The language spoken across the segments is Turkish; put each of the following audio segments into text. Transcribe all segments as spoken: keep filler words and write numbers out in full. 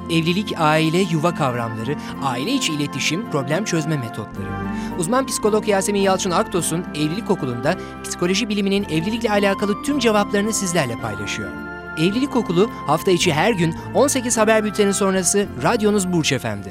Evlilik, aile, yuva kavramları, aile içi iletişim, problem çözme metotları. Uzman psikolog Yasemin Yalçın Aktos'un Evlilik Okulu'nda psikoloji biliminin evlilikle alakalı tüm cevaplarını sizlerle paylaşıyor. Evlilik Okulu hafta içi her gün on sekiz haber bülteni sonrası radyonuz Burç F M'de.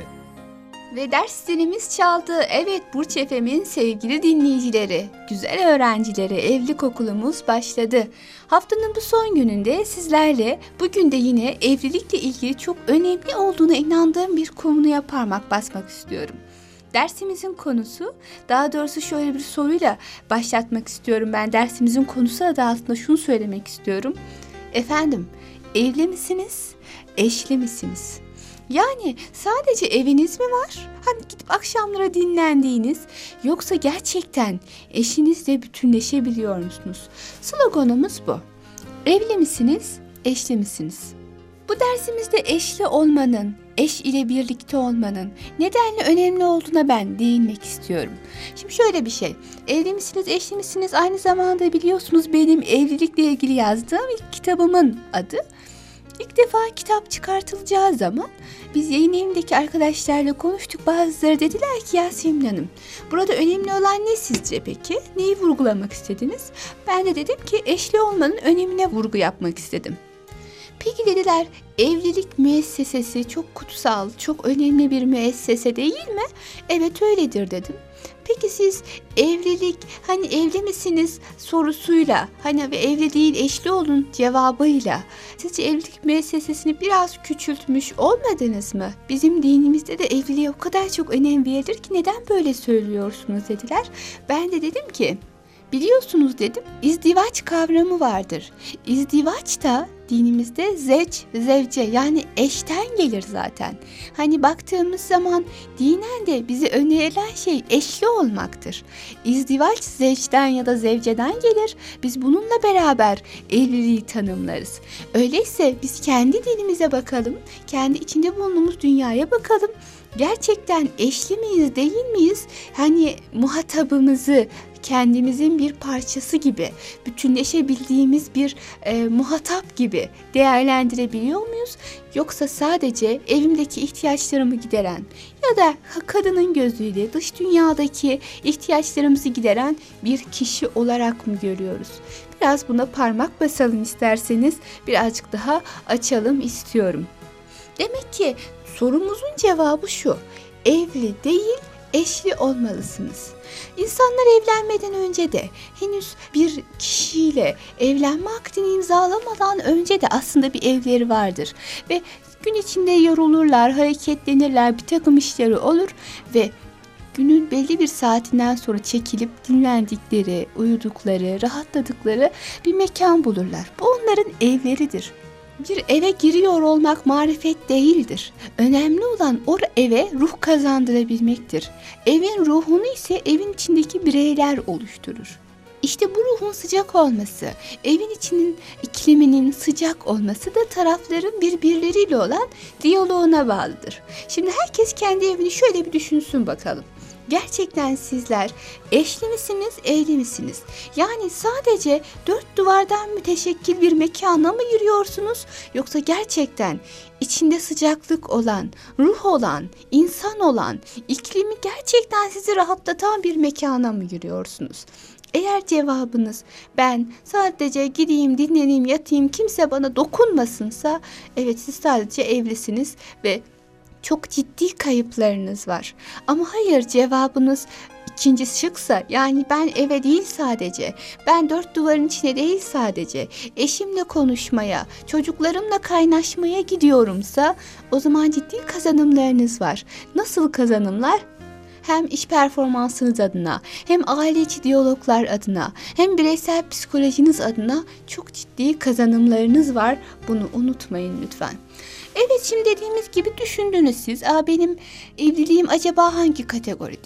Ve ders zilimiz çaldı. Evet, Burç F M'in sevgili dinleyicileri, güzel öğrencileri, Evlilik Okulumuz başladı. Haftanın bu son gününde sizlerle bugün de yine evlilikle ilgili çok önemli olduğuna inandığım bir konuya parmak basmak istiyorum. Dersimizin konusu, daha doğrusu şöyle bir soruyla başlatmak istiyorum ben. Dersimizin konusu adı altında şunu söylemek istiyorum. Efendim, evli misiniz, eşli misiniz? Yani sadece eviniz mi var? Hani gidip akşamlara dinlendiğiniz, yoksa gerçekten eşinizle bütünleşebiliyor musunuz? Sloganımız bu. Evli misiniz, eşli misiniz? Bu dersimizde eşli olmanın, eş ile birlikte olmanın nedenle önemli olduğuna ben değinmek istiyorum. Şimdi şöyle bir şey, evli misiniz, eşli misiniz aynı zamanda biliyorsunuz benim evlilikle ilgili yazdığım ilk kitabımın adı. İlk defa kitap çıkartılacağı zaman biz yayın evindeki arkadaşlarla konuştuk. Bazıları dediler ki Yasemin Hanım, burada önemli olan ne sizce peki? Neyi vurgulamak istediniz? Ben de dedim ki eşli olmanın önemine vurgu yapmak istedim. Peki dediler, evlilik müessesesi çok kutsal, çok önemli bir müessese değil mi? Evet öyledir dedim. Peki siz evlilik, hani evli misiniz sorusuyla, hani ve evli değil eşli olun cevabıyla sizce evlilik müessesesini biraz küçültmüş olmadınız mı? Bizim dinimizde de evliliğe o kadar çok önem verilir ki neden böyle söylüyorsunuz dediler. Ben de dedim ki biliyorsunuz dedim, izdivaç kavramı vardır. İzdivaç da dinimizde zevç, zevce yani eşten gelir zaten. Hani baktığımız zaman dinen de bize önerilen şey eşli olmaktır. İzdivaç zevçten ya da zevceden gelir. Biz bununla beraber evliliği tanımlarız. Öyleyse biz kendi dinimize bakalım, kendi içinde bulunduğumuz dünyaya bakalım. Gerçekten eşli miyiz, değil miyiz? Hani muhatabımızı kendimizin bir parçası gibi, bütünleşebildiğimiz bir e, muhatap gibi değerlendirebiliyor muyuz? Yoksa sadece evimdeki ihtiyaçlarımı gideren ya da kadının gözüyle dış dünyadaki ihtiyaçlarımızı gideren bir kişi olarak mı görüyoruz? Biraz buna parmak basalım isterseniz, birazcık daha açalım istiyorum. Demek ki sorumuzun cevabı şu: evli değil, eşli olmalısınız. İnsanlar evlenmeden önce de, henüz bir kişiyle evlenme akdini imzalamadan önce de aslında bir evleri vardır. Ve gün içinde yorulurlar, hareketlenirler, bir takım işleri olur ve günün belli bir saatinden sonra çekilip dinlendikleri, uyudukları, rahatladıkları bir mekan bulurlar. Bu onların evleridir. Bir eve giriyor olmak marifet değildir. Önemli olan o eve ruh kazandırabilmektir. Evin ruhunu ise evin içindeki bireyler oluşturur. İşte bu ruhun sıcak olması, evin içinin ikliminin sıcak olması da tarafların birbirleriyle olan diyaloğuna bağlıdır. Şimdi herkes kendi evini şöyle bir düşünsün bakalım. Gerçekten sizler eşli misiniz, evli misiniz? Yani sadece dört duvardan müteşekkil bir mekana mı giriyorsunuz? Yoksa gerçekten içinde sıcaklık olan, ruh olan, insan olan, iklimi gerçekten sizi rahatlatan bir mekana mı giriyorsunuz? Eğer cevabınız ben sadece gideyim, dinleneyim, yatayım, kimse bana dokunmasınsa, evet siz sadece evlisiniz ve çok ciddi kayıplarınız var. Ama hayır, cevabınız ikinci şıksa, yani ben eve değil sadece, ben dört duvarın içine değil sadece, eşimle konuşmaya, çocuklarımla kaynaşmaya gidiyorumsa, o zaman ciddi kazanımlarınız var. Nasıl kazanımlar? Hem iş performansınız adına, hem aile içi diyaloglar adına, hem bireysel psikolojiniz adına çok ciddi kazanımlarınız var. Bunu unutmayın lütfen. Evet, şimdi dediğimiz gibi düşündünüz siz. Aa, benim evliliğim acaba hangi kategoride?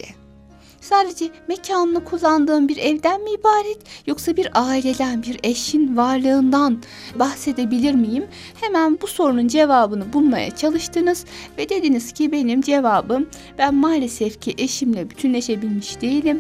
Sadece mekanını kullandığım bir evden mi ibaret, yoksa bir aileden, bir eşin varlığından bahsedebilir miyim? Hemen bu sorunun cevabını bulmaya çalıştınız ve dediniz ki benim cevabım, ben maalesef ki eşimle bütünleşebilmiş değilim.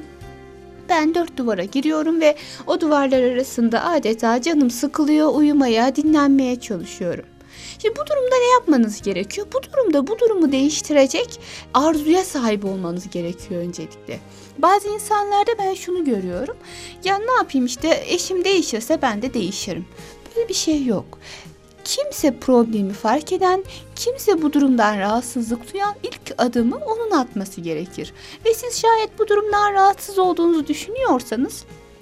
Ben dört duvara giriyorum ve o duvarlar arasında adeta canım sıkılıyor, uyumaya, dinlenmeye çalışıyorum. Şimdi bu durumda ne yapmanız gerekiyor? Bu durumda bu durumu değiştirecek arzuya sahip olmanız gerekiyor öncelikle. Bazı insanlarda ben şunu görüyorum. Ya ne yapayım işte eşim değişirse ben de değişirim. Böyle bir şey yok. Kimse problemi fark eden, kimse bu durumdan rahatsızlık duyan ilk adımı onun atması gerekir. Ve siz şayet bu durumdan rahatsız olduğunuzu düşünüyorsanız,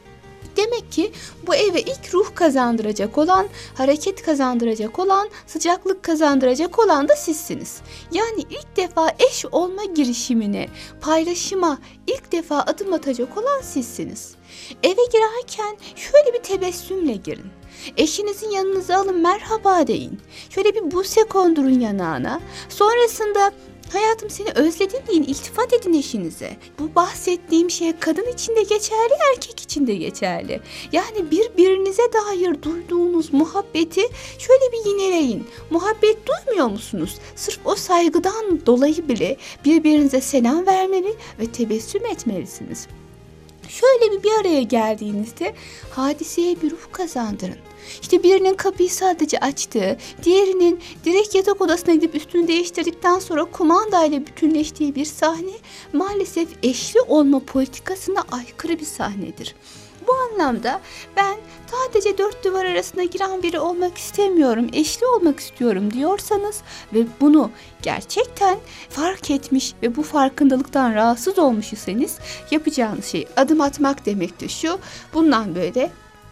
demek ki bu eve ilk ruh kazandıracak olan, hareket kazandıracak olan, sıcaklık kazandıracak olan da sizsiniz. Yani ilk defa eş olma girişimine, paylaşıma ilk defa adım atacak olan sizsiniz. Eve girerken şöyle bir tebessümle girin. Eşinizin yanınıza alın, merhaba deyin. Şöyle bir buse kondurun yanağına. Sonrasında hayatım seni özledim deyin, iltifat edin eşinize. Bu bahsettiğim şey kadın için de geçerli, erkek için de geçerli. Yani birbirinize dair duyduğunuz muhabbeti şöyle bir yineleyin. Muhabbet duymuyor musunuz? Sırf o saygıdan dolayı bile birbirinize selam vermeli ve tebessüm etmelisiniz. Şöyle bir bir araya geldiğinizde hadiseye bir ruh kazandırın. İşte birinin kapıyı sadece açtığı, diğerinin direkt yatak odasına gidip üstünü değiştirdikten sonra kumandayla bütünleştiği bir sahne maalesef eşli olma politikasına aykırı bir sahnedir. Bu anlamda ben sadece dört duvar arasına giren biri olmak istemiyorum, eşli olmak istiyorum diyorsanız ve bunu gerçekten fark etmiş ve bu farkındalıktan rahatsız olmuş iseniz, yapacağınız şey adım atmak demektir şu: bundan böyle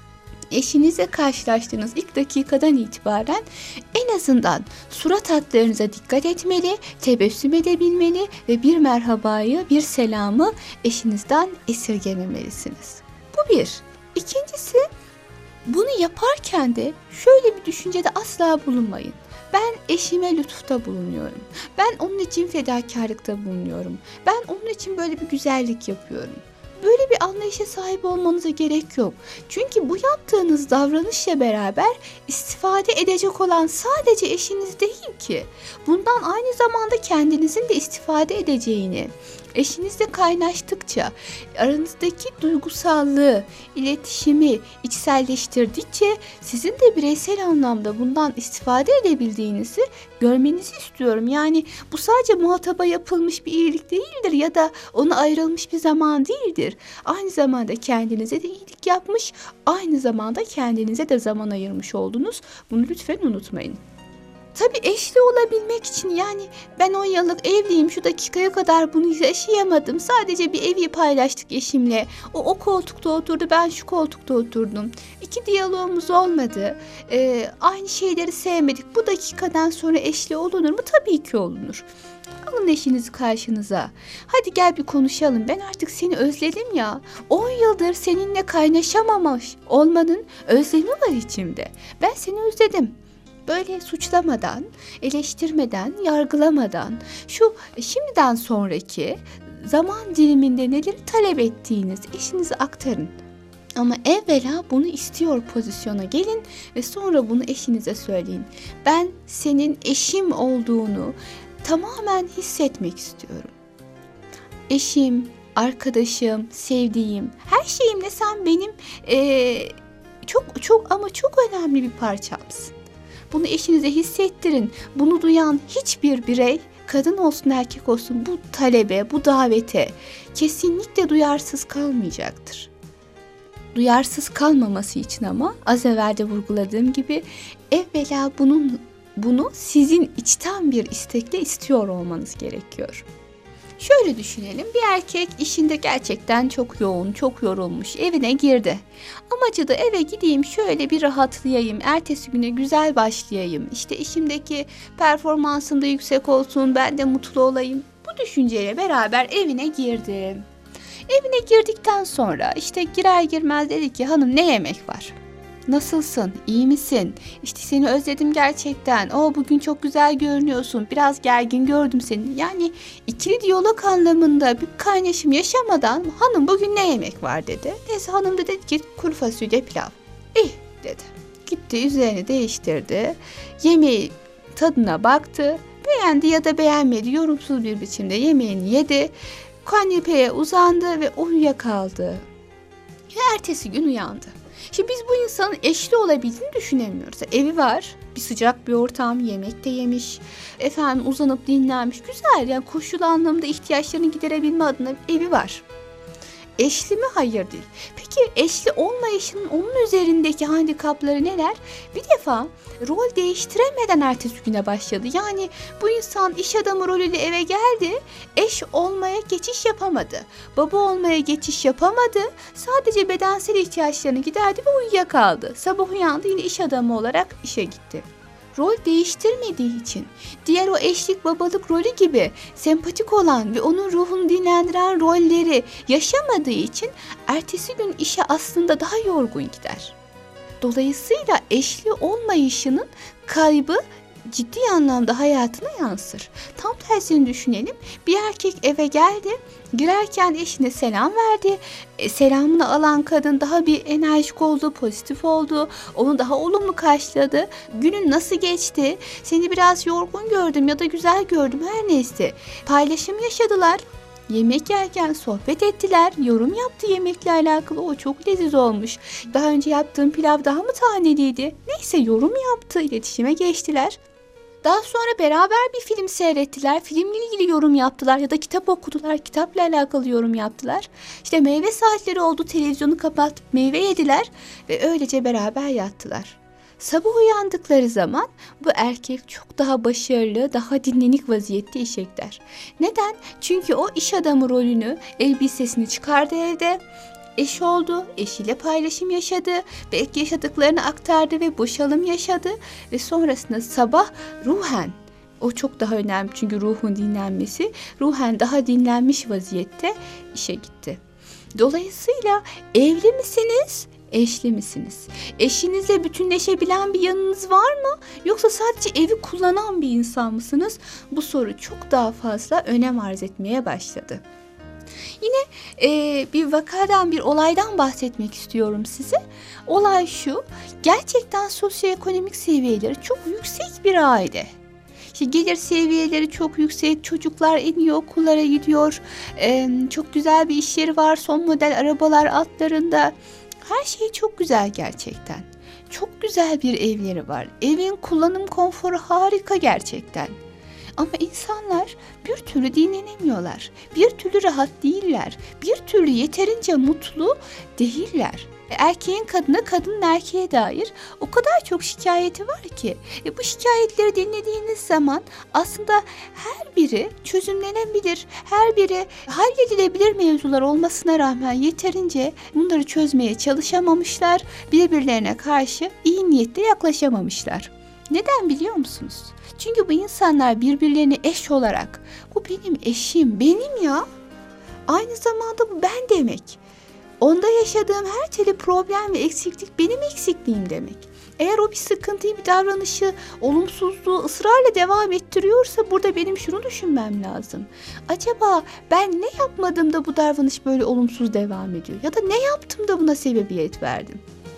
eşinizle karşılaştığınız ilk dakikadan itibaren en azından surat hatlarınıza dikkat etmeli, tebessüm edebilmeli ve bir merhabayı, bir selamı eşinizden esirgememelisiniz. Bu bir. İkincisi, bunu yaparken de şöyle bir düşüncede asla bulunmayın. Ben eşime lütufta bulunuyorum. Ben onun için fedakarlıkta bulunuyorum. Ben onun için böyle bir güzellik yapıyorum. Böyle bir anlayışa sahip olmanıza gerek yok. Çünkü bu yaptığınız davranışla beraber istifade edecek olan sadece eşiniz değil ki. Bundan aynı zamanda kendinizin de istifade edeceğini, eşinizle kaynaştıkça, aranızdaki duygusallığı, iletişimi içselleştirdikçe sizin de bireysel anlamda bundan istifade edebildiğinizi görmenizi istiyorum. Yani bu sadece muhataba yapılmış bir iyilik değildir ya da ona ayrılmış bir zaman değildir. Aynı zamanda kendinize de iyilik yapmış, aynı zamanda kendinize de zaman ayırmış oldunuz. Bunu lütfen unutmayın. Tabii eşli olabilmek için, yani ben on yıllık evliyim, şu dakikaya kadar bunu yaşayamadım. Sadece bir evi paylaştık eşimle. O o koltukta oturdu, ben şu koltukta oturdum. İki diyalogumuz olmadı. Ee, aynı şeyleri sevmedik. Bu dakikadan sonra eşli olunur mu? Tabii ki olunur. Alın eşinizi karşınıza. Hadi gel bir konuşalım. Ben artık seni özledim ya. on yıldır seninle kaynaşamamış olmanın özlemi var içimde. Ben seni özledim. Böyle suçlamadan, eleştirmeden, yargılamadan, şu şimdiden sonraki zaman diliminde neleri talep ettiğiniz eşinize aktarın. Ama evvela bunu istiyor pozisyona gelin ve sonra bunu eşinize söyleyin. Ben senin eşim olduğunu tamamen hissetmek istiyorum. Eşim, arkadaşım, sevdiğim, her şeyimle sen benim ee, çok çok ama çok önemli bir parçamsın. Bunu eşinize hissettirin. Bunu duyan hiçbir birey, kadın olsun erkek olsun, bu talebe, bu davete kesinlikle duyarsız kalmayacaktır. Duyarsız kalmaması için ama az evvel de vurguladığım gibi evvela bunun bunu sizin içten bir istekle istiyor olmanız gerekiyor. Şöyle düşünelim, bir erkek işinde gerçekten çok yoğun, çok yorulmuş, evine girdi. Amacı da eve gideyim, şöyle bir rahatlayayım, ertesi güne güzel başlayayım, İşte işimdeki performansım da yüksek olsun, ben de mutlu olayım. Bu düşünceyle beraber evine girdi. Evine girdikten sonra işte girer girmez dedi ki, hanım ne yemek var? Nasılsın? İyi misin? İşte seni özledim gerçekten. O bugün çok güzel görünüyorsun. Biraz gergin gördüm seni. Yani ikili diyalog anlamında bir kaynaşım yaşamadan hanım bugün ne yemek var dedi. Neyse hanım da dedi ki kuru fasulye pilav. İyi dedi. Gitti üzerini değiştirdi. Yemeği tadına baktı. Beğendi ya da beğenmedi. Yorumsuz bir biçimde yemeğini yedi. Kanepeye uzandı ve uyuyakaldı. Ve ertesi gün uyandı. Şimdi biz bu insanın eşli olabildiğini düşünemiyoruz. Evi var, bir sıcak bir ortam, yemek de yemiş, efendim uzanıp dinlenmiş, güzel, yani koşul anlamda ihtiyaçlarını giderebilme adına bir evi var. Eşli mi? Hayır değil. Peki eşli olmayışının onun üzerindeki handikapları neler? Bir defa rol değiştiremeden ertesi güne başladı. Yani bu insan iş adamı rolüyle eve geldi, eş olmaya geçiş yapamadı. Baba olmaya geçiş yapamadı. Sadece bedensel ihtiyaçlarını giderdi ve uyuyakaldı. Sabah uyandı, yine iş adamı olarak işe gitti. Rol değiştirmediği için, diğer o eşlik babalık rolü gibi sempatik olan ve onun ruhunu dinlendiren rolleri yaşamadığı için ertesi gün işe aslında daha yorgun gider. Dolayısıyla eşli olmayışının kaybı ciddi anlamda hayatına yansır. Tam tersini düşünelim. Bir erkek eve geldi, girerken eşine selam verdi. E, selamını alan kadın daha bir enerjik oldu, pozitif oldu. Onu daha olumlu karşıladı. Günün nasıl geçti? Seni biraz yorgun gördüm ya da güzel gördüm, her neyse. Paylaşım yaşadılar. Yemek yerken sohbet ettiler, yorum yaptı yemekle alakalı, o çok leziz olmuş. Daha önce yaptığım pilav daha mı taneliydi? Neyse, yorum yaptı, iletişime geçtiler. Daha sonra beraber bir film seyrettiler, filmle ilgili yorum yaptılar ya da kitap okudular, kitapla alakalı yorum yaptılar. İşte meyve saatleri oldu, televizyonu kapatıp meyve yediler ve öylece beraber yattılar. Sabah uyandıkları zaman bu erkek çok daha başarılı, daha dinlenik vaziyette işe gider. Neden? Çünkü o iş adamı rolünü, elbisesini çıkardı evde. Eş oldu, eşiyle paylaşım yaşadı, belki yaşadıklarını aktardı ve boşalım yaşadı ve sonrasında sabah ruhen, o çok daha önemli çünkü ruhun dinlenmesi, ruhen daha dinlenmiş vaziyette işe gitti. Dolayısıyla evli misiniz? Eşli misiniz? Eşinizle bütünleşebilen bir yanınız var mı? Yoksa sadece evi kullanan bir insan mısınız? Bu soru çok daha fazla önem arz etmeye başladı. Yine e, bir vakadan, bir olaydan bahsetmek istiyorum size. Olay şu, gerçekten sosyoekonomik seviyeleri çok yüksek bir aile. İşte gelir seviyeleri çok yüksek, çocuklar en iyi okullara gidiyor, e, çok güzel bir iş yeri var, son model arabalar altlarında. Her şey çok güzel gerçekten. Çok güzel bir evleri var. Evin kullanım konforu harika gerçekten. Ama insanlar bir türlü dinlenemiyorlar. Bir türlü rahat değiller. Bir türlü yeterince mutlu değiller. Erkeğin kadına, kadının erkeğe dair o kadar çok şikayeti var ki. E bu şikayetleri dinlediğiniz zaman aslında her biri çözümlenebilir. Her biri halledilebilir mevzular olmasına rağmen yeterince bunları çözmeye çalışamamışlar. Birbirlerine karşı iyi niyetle yaklaşamamışlar. Neden biliyor musunuz? Çünkü bu insanlar birbirlerini eş olarak, bu benim eşim, benim ya. Aynı zamanda bu ben demek. Onda yaşadığım her türlü problem ve eksiklik benim eksikliğim demek. Eğer o bir sıkıntıyı, bir davranışı, olumsuzluğu ısrarla devam ettiriyorsa burada benim şunu düşünmem lazım. Acaba ben ne yapmadım da bu davranış böyle olumsuz devam ediyor? Ya da ne yaptım da buna sebebiyet verdim?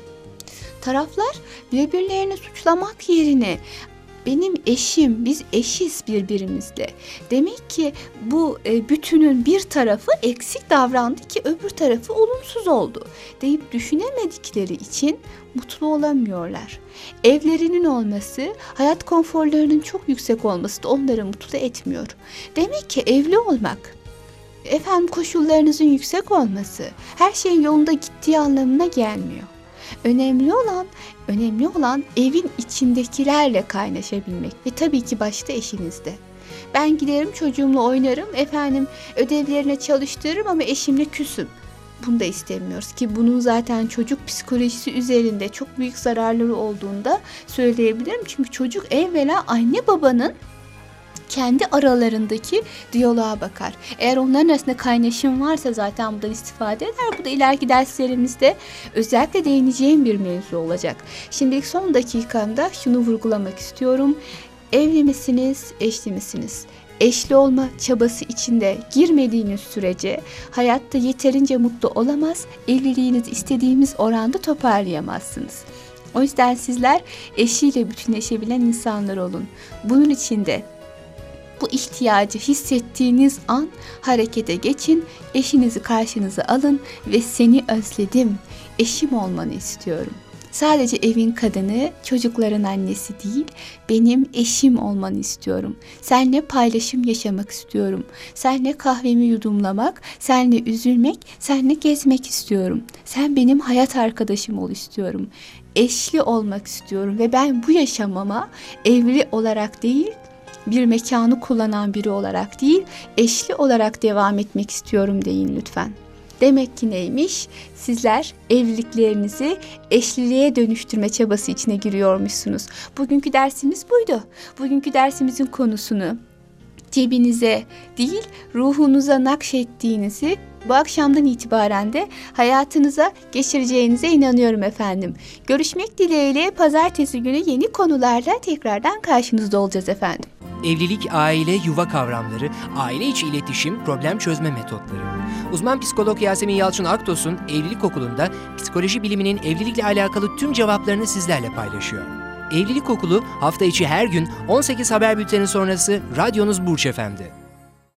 Taraflar birbirlerini suçlamak yerine benim eşim, biz eşiz birbirimizle. Demek ki bu e, bütünün bir tarafı eksik davrandı ki öbür tarafı olumsuz oldu deyip düşünemedikleri için mutlu olamıyorlar. Evlerinin olması, hayat konforlarının çok yüksek olması da onları mutlu etmiyor. Demek ki evli olmak, efendim koşullarınızın yüksek olması, her şeyin yolunda gittiği anlamına gelmiyor. Önemli olan, önemli olan evin içindekilerle kaynaşabilmek ve tabii ki başta eşinizde. Ben giderim çocuğumla oynarım, efendim ödevlerine çalıştırırım ama eşimle küsüm. Bunu da istemiyoruz ki bunun zaten çocuk psikolojisi üzerinde çok büyük zararları olduğunu da söyleyebilirim. Çünkü çocuk evvela anne babanın kendi aralarındaki diyaloğa bakar. Eğer onların arasında kaynaşım varsa zaten bundan istifade eder. Bu da ileriki derslerimizde özellikle değineceğim bir mevzu olacak. Şimdilik son dakikamda şunu vurgulamak istiyorum. Evli misiniz, eşli misiniz? Eşli olma çabası içinde girmediğiniz sürece hayatta yeterince mutlu olamaz, evliliğinizi istediğimiz oranda toparlayamazsınız. O yüzden sizler eşiyle bütünleşebilen insanlar olun. Bunun için de Bu ihtiyacı hissettiğiniz an harekete geçin, eşinizi karşınıza alın ve seni özledim, eşim olmanı istiyorum. Sadece evin kadını, çocukların annesi değil, benim eşim olmanı istiyorum. Seninle paylaşım yaşamak istiyorum. Seninle kahvemi yudumlamak, seninle üzülmek, seninle gezmek istiyorum. Sen benim hayat arkadaşım ol istiyorum. Eşli olmak istiyorum ve ben bu yaşamama evli olarak değil, bir mekanı kullanan biri olarak değil, eşli olarak devam etmek istiyorum deyin lütfen. Demek ki neymiş? Sizler evliliklerinizi eşliliğe dönüştürme çabası içine giriyormuşsunuz. Bugünkü dersimiz buydu. Bugünkü dersimizin konusunu cebinize değil, ruhunuza nakşettiğinizi bu akşamdan itibaren de hayatınıza geçireceğinize inanıyorum efendim. Görüşmek dileğiyle pazartesi günü yeni konularla tekrardan karşınızda olacağız efendim. Evlilik, aile, yuva kavramları, aile içi iletişim, problem çözme metotları. Uzman psikolog Yasemin Yalçın Aktos'un Evlilik Okulu'nda psikoloji biliminin evlilikle alakalı tüm cevaplarını sizlerle paylaşıyor. Evlilik Okulu hafta içi her gün on sekiz haber bülteni sonrası radyonuz Burç Efendi.